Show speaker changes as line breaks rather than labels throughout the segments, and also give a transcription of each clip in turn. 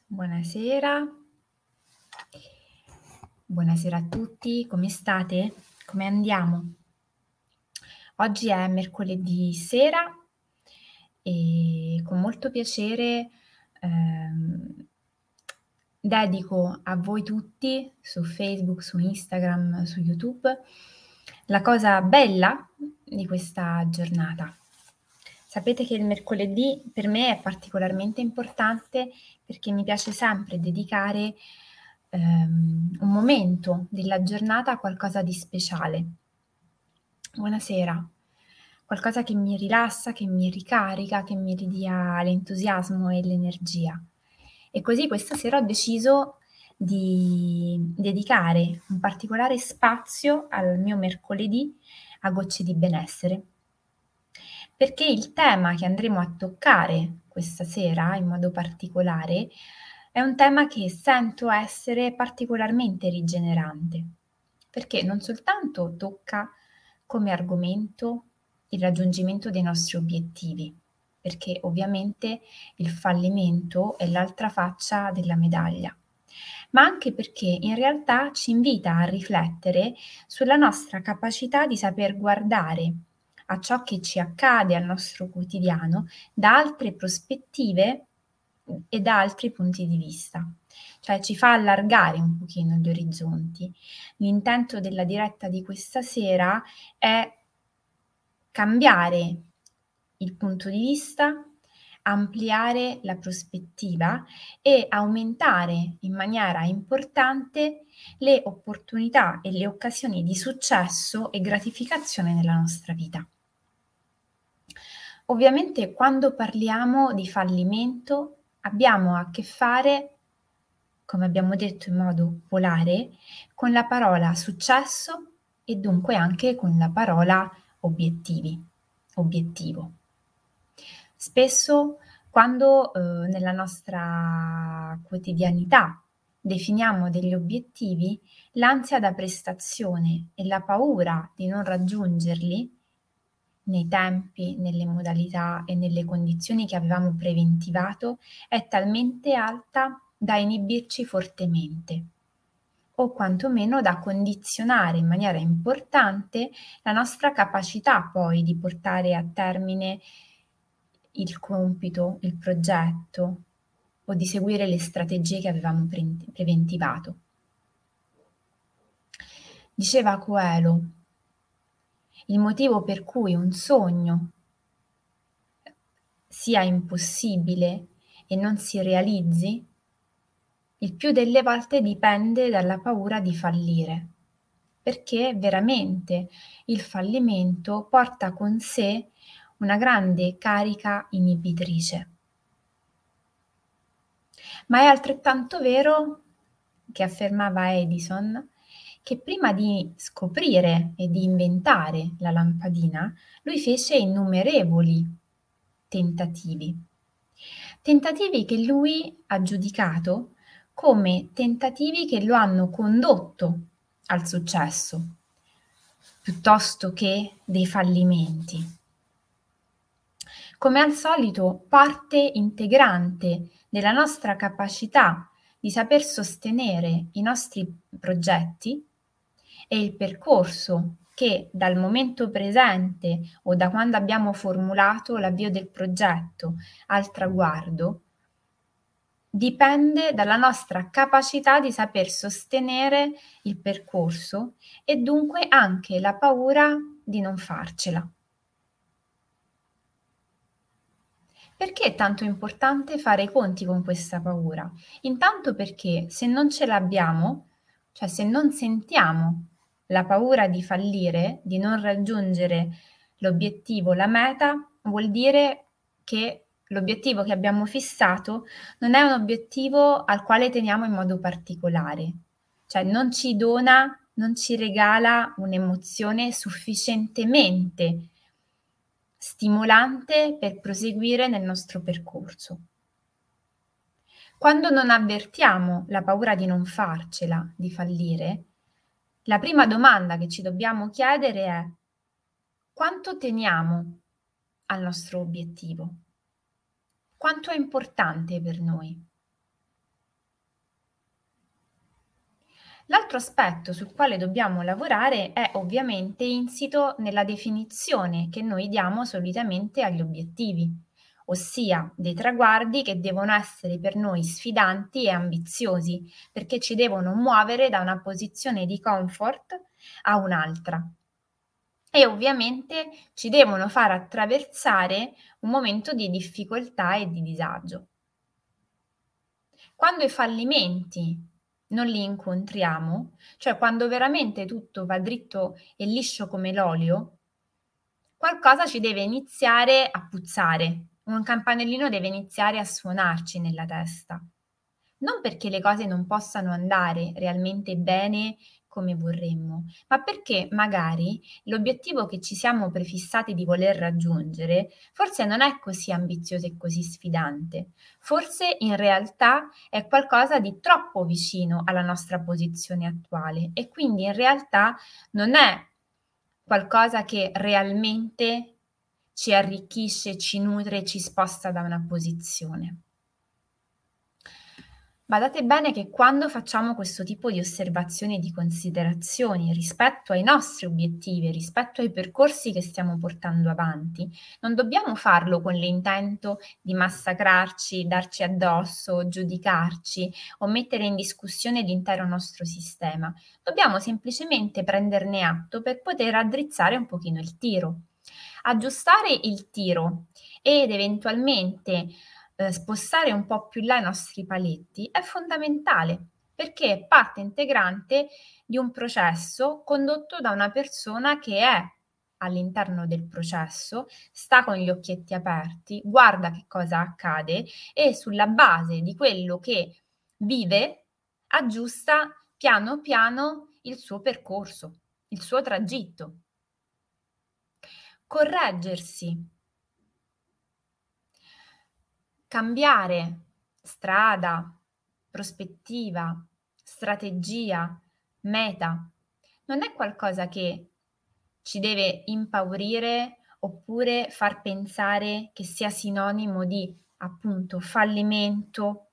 Buonasera, buonasera a tutti, come state? Come andiamo? Oggi è mercoledì sera e con molto piacere, ehm, dedico a voi tutti su Facebook, su Instagram, su YouTube, la cosa bella di questa giornata. Sapete che il mercoledì per me è particolarmente importante perché mi piace sempre dedicare, un momento della giornata a qualcosa di speciale. Buonasera. Qualcosa che mi rilassa, che mi ricarica, che mi ridia l'entusiasmo e l'energia. E così questa sera ho deciso di dedicare un particolare spazio al mio mercoledì a Gocce di benessere, perché il tema che andremo a toccare questa sera in modo particolare è un tema che sento essere particolarmente rigenerante, perché non soltanto tocca come argomento il raggiungimento dei nostri obiettivi, perché ovviamente il fallimento è l'altra faccia della medaglia, ma anche perché in realtà ci invita a riflettere sulla nostra capacità di saper guardare a ciò che ci accade al nostro quotidiano da altre prospettive e da altri punti di vista. Cioè ci fa allargare un pochino gli orizzonti. L'intento della diretta di questa sera è cambiare il punto di vista, ampliare la prospettiva e aumentare in maniera importante le opportunità e le occasioni di successo e gratificazione nella nostra vita. Ovviamente quando parliamo di fallimento abbiamo a che fare, come abbiamo detto in modo polare, con la parola successo e dunque anche con la parola obiettivo. Spesso quando, nella nostra quotidianità definiamo degli obiettivi, l'ansia da prestazione e la paura di non raggiungerli nei tempi, nelle modalità e nelle condizioni che avevamo preventivato è talmente alta da inibirci fortemente o quantomeno da condizionare in maniera importante la nostra capacità poi di portare a termine il compito, il progetto o di seguire le strategie che avevamo preventivato. Diceva Coelho: il motivo per cui un sogno sia impossibile e non si realizzi, il più delle volte dipende dalla paura di fallire, perché veramente il fallimento porta con sé una grande carica inibitrice. Ma è altrettanto vero, che affermava Edison, che prima di scoprire e di inventare la lampadina, lui fece innumerevoli tentativi. Tentativi che lui ha giudicato come tentativi che lo hanno condotto al successo, piuttosto che dei fallimenti. Come al solito, parte integrante della nostra capacità di saper sostenere i nostri progetti è il percorso che dal momento presente o da quando abbiamo formulato l'avvio del progetto al traguardo dipende dalla nostra capacità di saper sostenere il percorso e dunque anche la paura di non farcela. Perché è tanto importante fare i conti con questa paura? Intanto perché se non ce l'abbiamo, cioè se non sentiamo la paura di fallire, di non raggiungere l'obiettivo, la meta, vuol dire che l'obiettivo che abbiamo fissato non è un obiettivo al quale teniamo in modo particolare, cioè non ci dona, non ci regala un'emozione sufficientemente stimolante per proseguire nel nostro percorso. Quando non avvertiamo la paura di non farcela, di fallire, la prima domanda che ci dobbiamo chiedere è: quanto teniamo al nostro obiettivo? Quanto è importante per noi? L'altro aspetto sul quale dobbiamo lavorare è ovviamente insito nella definizione che noi diamo solitamente agli obiettivi, ossia dei traguardi che devono essere per noi sfidanti e ambiziosi, perché ci devono muovere da una posizione di comfort a un'altra. E ovviamente ci devono far attraversare un momento di difficoltà e di disagio. Quando i fallimenti non li incontriamo, cioè quando veramente tutto va dritto e liscio come l'olio, qualcosa ci deve iniziare a puzzare, un campanellino deve iniziare a suonarci nella testa. Non perché le cose non possano andare realmente bene come vorremmo, ma perché magari l'obiettivo che ci siamo prefissati di voler raggiungere forse non è così ambizioso e così sfidante. Forse in realtà è qualcosa di troppo vicino alla nostra posizione attuale e quindi in realtà non è qualcosa che realmente ci arricchisce, ci nutre, ci sposta da una posizione. Badate bene che quando facciamo questo tipo di osservazioni e di considerazioni rispetto ai nostri obiettivi e rispetto ai percorsi che stiamo portando avanti, non dobbiamo farlo con l'intento di massacrarci, darci addosso, giudicarci o mettere in discussione l'intero nostro sistema. Dobbiamo semplicemente prenderne atto per poter raddrizzare un pochino il tiro. Aggiustare il tiro ed eventualmente spostare un po' più in là i nostri paletti è fondamentale, perché è parte integrante di un processo condotto da una persona che è all'interno del processo, sta con gli occhietti aperti, guarda che cosa accade e sulla base di quello che vive aggiusta piano piano il suo percorso, il suo tragitto. Correggersi, cambiare strada, prospettiva, strategia, meta, non è qualcosa che ci deve impaurire oppure far pensare che sia sinonimo di, appunto, fallimento,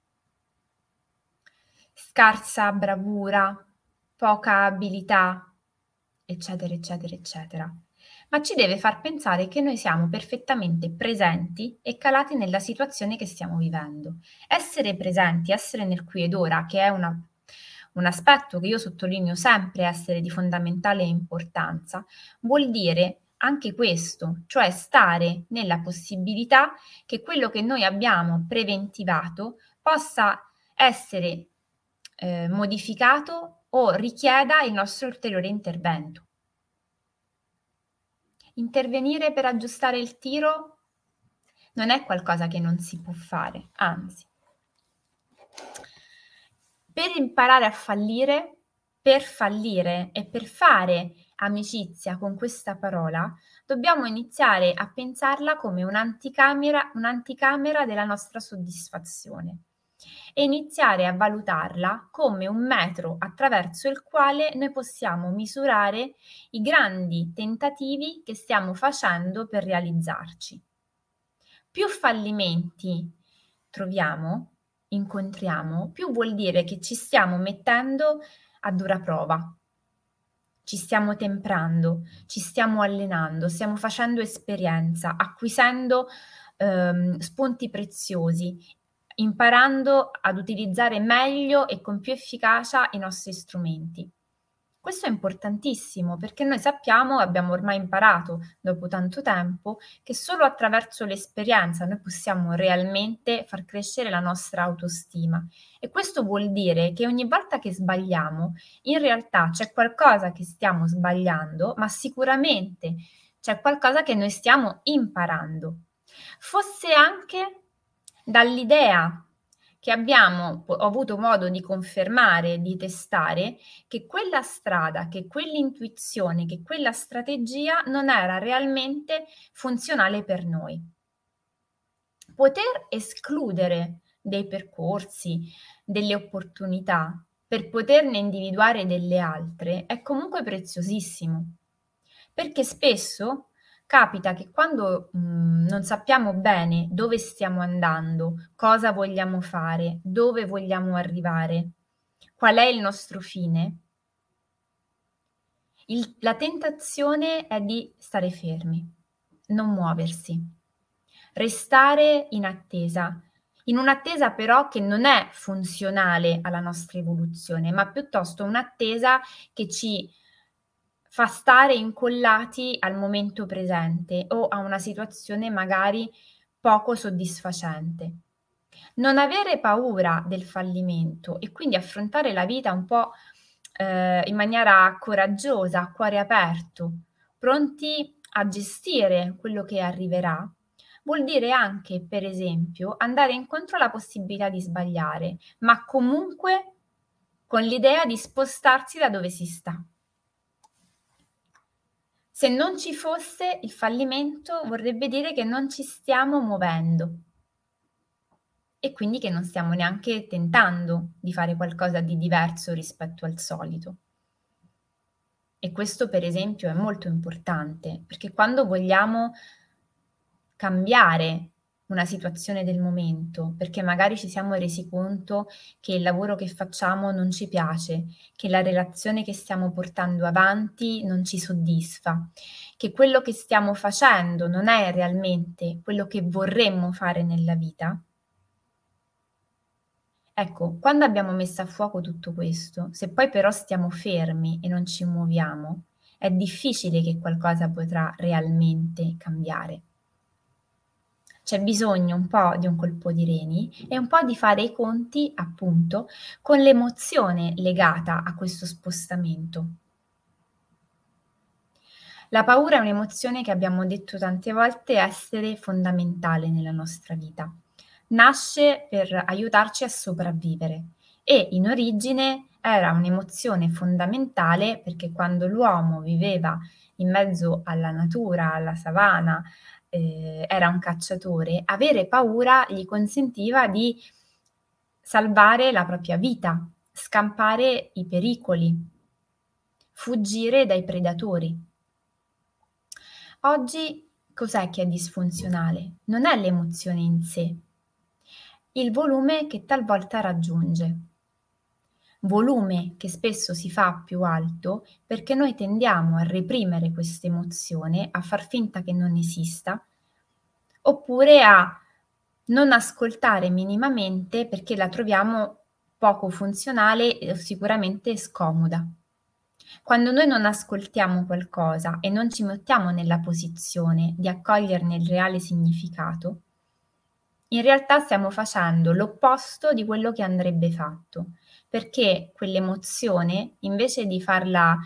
scarsa bravura, poca abilità, eccetera, eccetera, eccetera. Ma ci deve far pensare che noi siamo perfettamente presenti e calati nella situazione che stiamo vivendo. Essere presenti, essere nel qui ed ora, che è un aspetto che io sottolineo sempre essere di fondamentale importanza, vuol dire anche questo, cioè stare nella possibilità che quello che noi abbiamo preventivato possa essere modificato o richieda il nostro ulteriore intervento. Intervenire per aggiustare il tiro non è qualcosa che non si può fare, anzi. Per imparare a fallire, per fallire e per fare amicizia con questa parola, dobbiamo iniziare a pensarla come un'anticamera della nostra soddisfazione e iniziare a valutarla come un metro attraverso il quale noi possiamo misurare i grandi tentativi che stiamo facendo per realizzarci. Più fallimenti incontriamo, più vuol dire che ci stiamo mettendo a dura prova. Ci stiamo temprando, ci stiamo allenando, stiamo facendo esperienza, acquisendo spunti preziosi, imparando ad utilizzare meglio e con più efficacia i nostri strumenti. Questo è importantissimo perché noi sappiamo, abbiamo ormai imparato dopo tanto tempo, che solo attraverso l'esperienza noi possiamo realmente far crescere la nostra autostima. E questo vuol dire che ogni volta che sbagliamo, in realtà c'è qualcosa che stiamo sbagliando, ma sicuramente c'è qualcosa che noi stiamo imparando. Fosse anche dall'idea che abbiamo ho avuto modo di confermare, di testare, che quella strada, che quell'intuizione, che quella strategia non era realmente funzionale per noi. Poter escludere dei percorsi, delle opportunità, per poterne individuare delle altre è comunque preziosissimo, perché spesso capita che quando, non sappiamo bene dove stiamo andando, cosa vogliamo fare, dove vogliamo arrivare, qual è il nostro fine, la tentazione è di stare fermi, non muoversi, restare in un'attesa però che non è funzionale alla nostra evoluzione, ma piuttosto un'attesa che ci fa stare incollati al momento presente o a una situazione magari poco soddisfacente. Non avere paura del fallimento e quindi affrontare la vita un po', in maniera coraggiosa, a cuore aperto, pronti a gestire quello che arriverà, vuol dire anche, per esempio, andare incontro alla possibilità di sbagliare, ma comunque con l'idea di spostarsi da dove si sta. Se non ci fosse il fallimento, vorrebbe dire che non ci stiamo muovendo e quindi che non stiamo neanche tentando di fare qualcosa di diverso rispetto al solito. E questo per esempio è molto importante, perché quando vogliamo cambiare una situazione del momento, perché magari ci siamo resi conto che il lavoro che facciamo non ci piace, che la relazione che stiamo portando avanti non ci soddisfa, che quello che stiamo facendo non è realmente quello che vorremmo fare nella vita. Ecco, quando abbiamo messo a fuoco tutto questo, se poi però stiamo fermi e non ci muoviamo, è difficile che qualcosa potrà realmente cambiare. C'è bisogno un po' di un colpo di reni e un po' di fare i conti, appunto, con l'emozione legata a questo spostamento. La paura è un'emozione che abbiamo detto tante volte essere fondamentale nella nostra vita. Nasce per aiutarci a sopravvivere e in origine era un'emozione fondamentale perché quando l'uomo viveva in mezzo alla natura, alla savana, era un cacciatore, avere paura gli consentiva di salvare la propria vita, scampare i pericoli, fuggire dai predatori. Oggi cos'è che è disfunzionale? Non è l'emozione in sé, il volume che talvolta raggiunge. Volume che spesso si fa più alto perché noi tendiamo a reprimere questa emozione, a far finta che non esista, oppure a non ascoltare minimamente perché la troviamo poco funzionale e sicuramente scomoda. Quando noi non ascoltiamo qualcosa e non ci mettiamo nella posizione di accoglierne il reale significato, in realtà stiamo facendo l'opposto di quello che andrebbe fatto, perché quell'emozione, invece di farla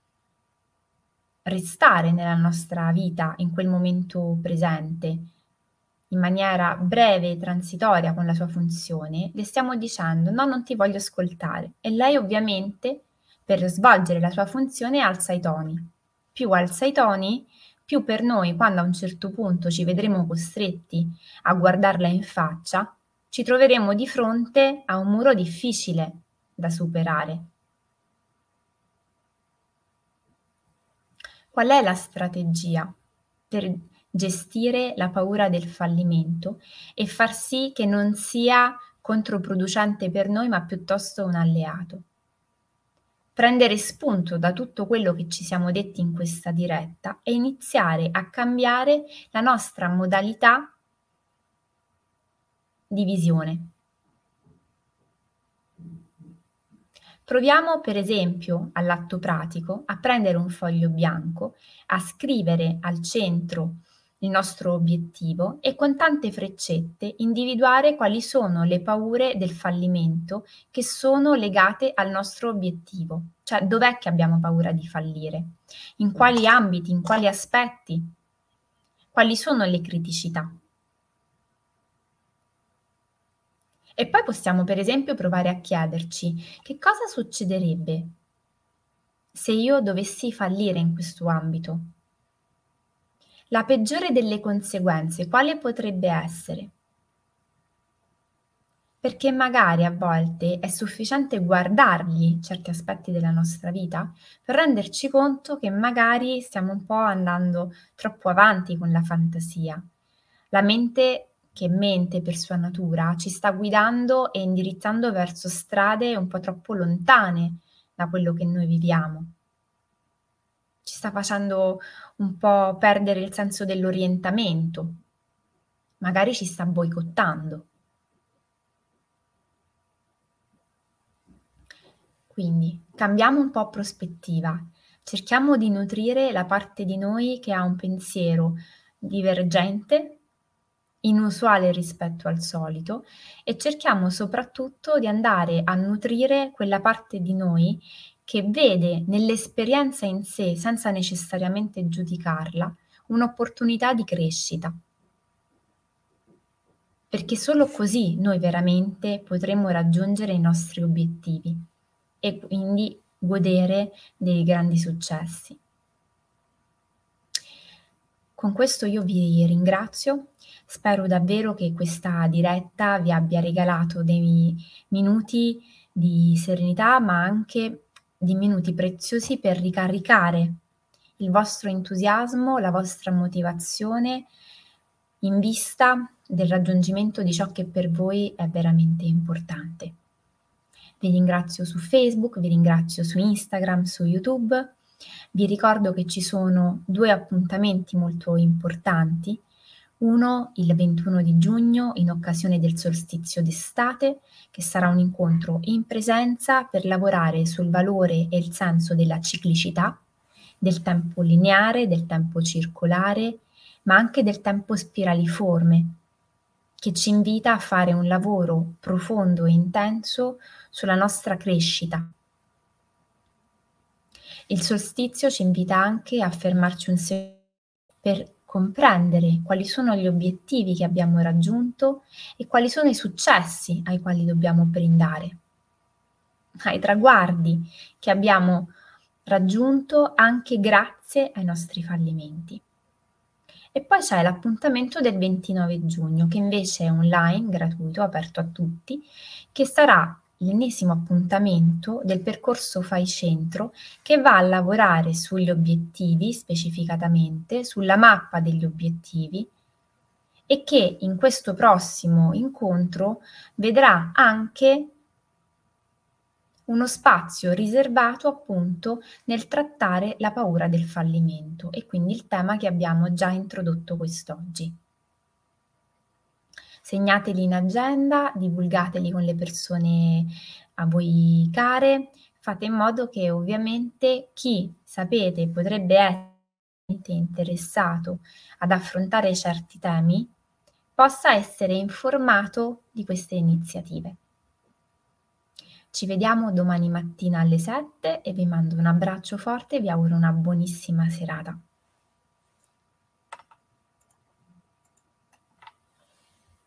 restare nella nostra vita in quel momento presente, in maniera breve e transitoria con la sua funzione, le stiamo dicendo: "No, non ti voglio ascoltare". E lei ovviamente, per svolgere la sua funzione, alza i toni. Più alza i toni, più per noi, quando a un certo punto ci vedremo costretti a guardarla in faccia, ci troveremo di fronte a un muro difficile da superare. Qual è la strategia per gestire la paura del fallimento e far sì che non sia controproducente per noi, ma piuttosto un alleato? Prendere spunto da tutto quello che ci siamo detti in questa diretta e iniziare a cambiare la nostra modalità di visione. Proviamo per esempio, all'atto pratico, a prendere un foglio bianco, a scrivere al centro il nostro obiettivo e con tante freccette individuare quali sono le paure del fallimento che sono legate al nostro obiettivo. Cioè, dov'è che abbiamo paura di fallire? In quali ambiti, in quali aspetti? Quali sono le criticità? E poi possiamo per esempio provare a chiederci: che cosa succederebbe se io dovessi fallire in questo ambito? La peggiore delle conseguenze quale potrebbe essere? Perché magari a volte è sufficiente guardarli certi aspetti della nostra vita per renderci conto che magari stiamo un po' andando troppo avanti con la fantasia. La mente che mente per sua natura ci sta guidando e indirizzando verso strade un po' troppo lontane da quello che noi viviamo. Ci sta facendo un po' perdere il senso dell'orientamento, magari ci sta boicottando. Quindi cambiamo un po' prospettiva, cerchiamo di nutrire la parte di noi che ha un pensiero divergente, inusuale rispetto al solito e cerchiamo soprattutto di andare a nutrire quella parte di noi che vede nell'esperienza in sé, senza necessariamente giudicarla, un'opportunità di crescita. Perché solo così noi veramente potremo raggiungere i nostri obiettivi e quindi godere dei grandi successi. Con questo io vi ringrazio, spero davvero che questa diretta vi abbia regalato dei minuti di serenità, ma anche di minuti preziosi per ricaricare il vostro entusiasmo, la vostra motivazione in vista del raggiungimento di ciò che per voi è veramente importante. Vi ringrazio su Facebook, vi ringrazio su Instagram, su YouTube. Vi ricordo che ci sono 2 appuntamenti molto importanti. Uno il 21 di giugno in occasione del solstizio d'estate, che sarà un incontro in presenza per lavorare sul valore e il senso della ciclicità, del tempo lineare, del tempo circolare, ma anche del tempo spiraliforme, che ci invita a fare un lavoro profondo e intenso sulla nostra crescita. Il solstizio ci invita anche a fermarci un per comprendere quali sono gli obiettivi che abbiamo raggiunto e quali sono i successi ai quali dobbiamo brindare, ai traguardi che abbiamo raggiunto anche grazie ai nostri fallimenti. E poi c'è l'appuntamento del 29 giugno, che invece è online, gratuito, aperto a tutti, che sarà l'ennesimo appuntamento del percorso Fai Centro, che va a lavorare sugli obiettivi specificatamente, sulla mappa degli obiettivi e che in questo prossimo incontro vedrà anche uno spazio riservato appunto nel trattare la paura del fallimento e quindi il tema che abbiamo già introdotto quest'oggi. Segnateli in agenda, divulgateli con le persone a voi care, fate in modo che ovviamente chi sapete potrebbe essere interessato ad affrontare certi temi possa essere informato di queste iniziative. Ci vediamo domani mattina alle 7 e vi mando un abbraccio forte e vi auguro una buonissima serata.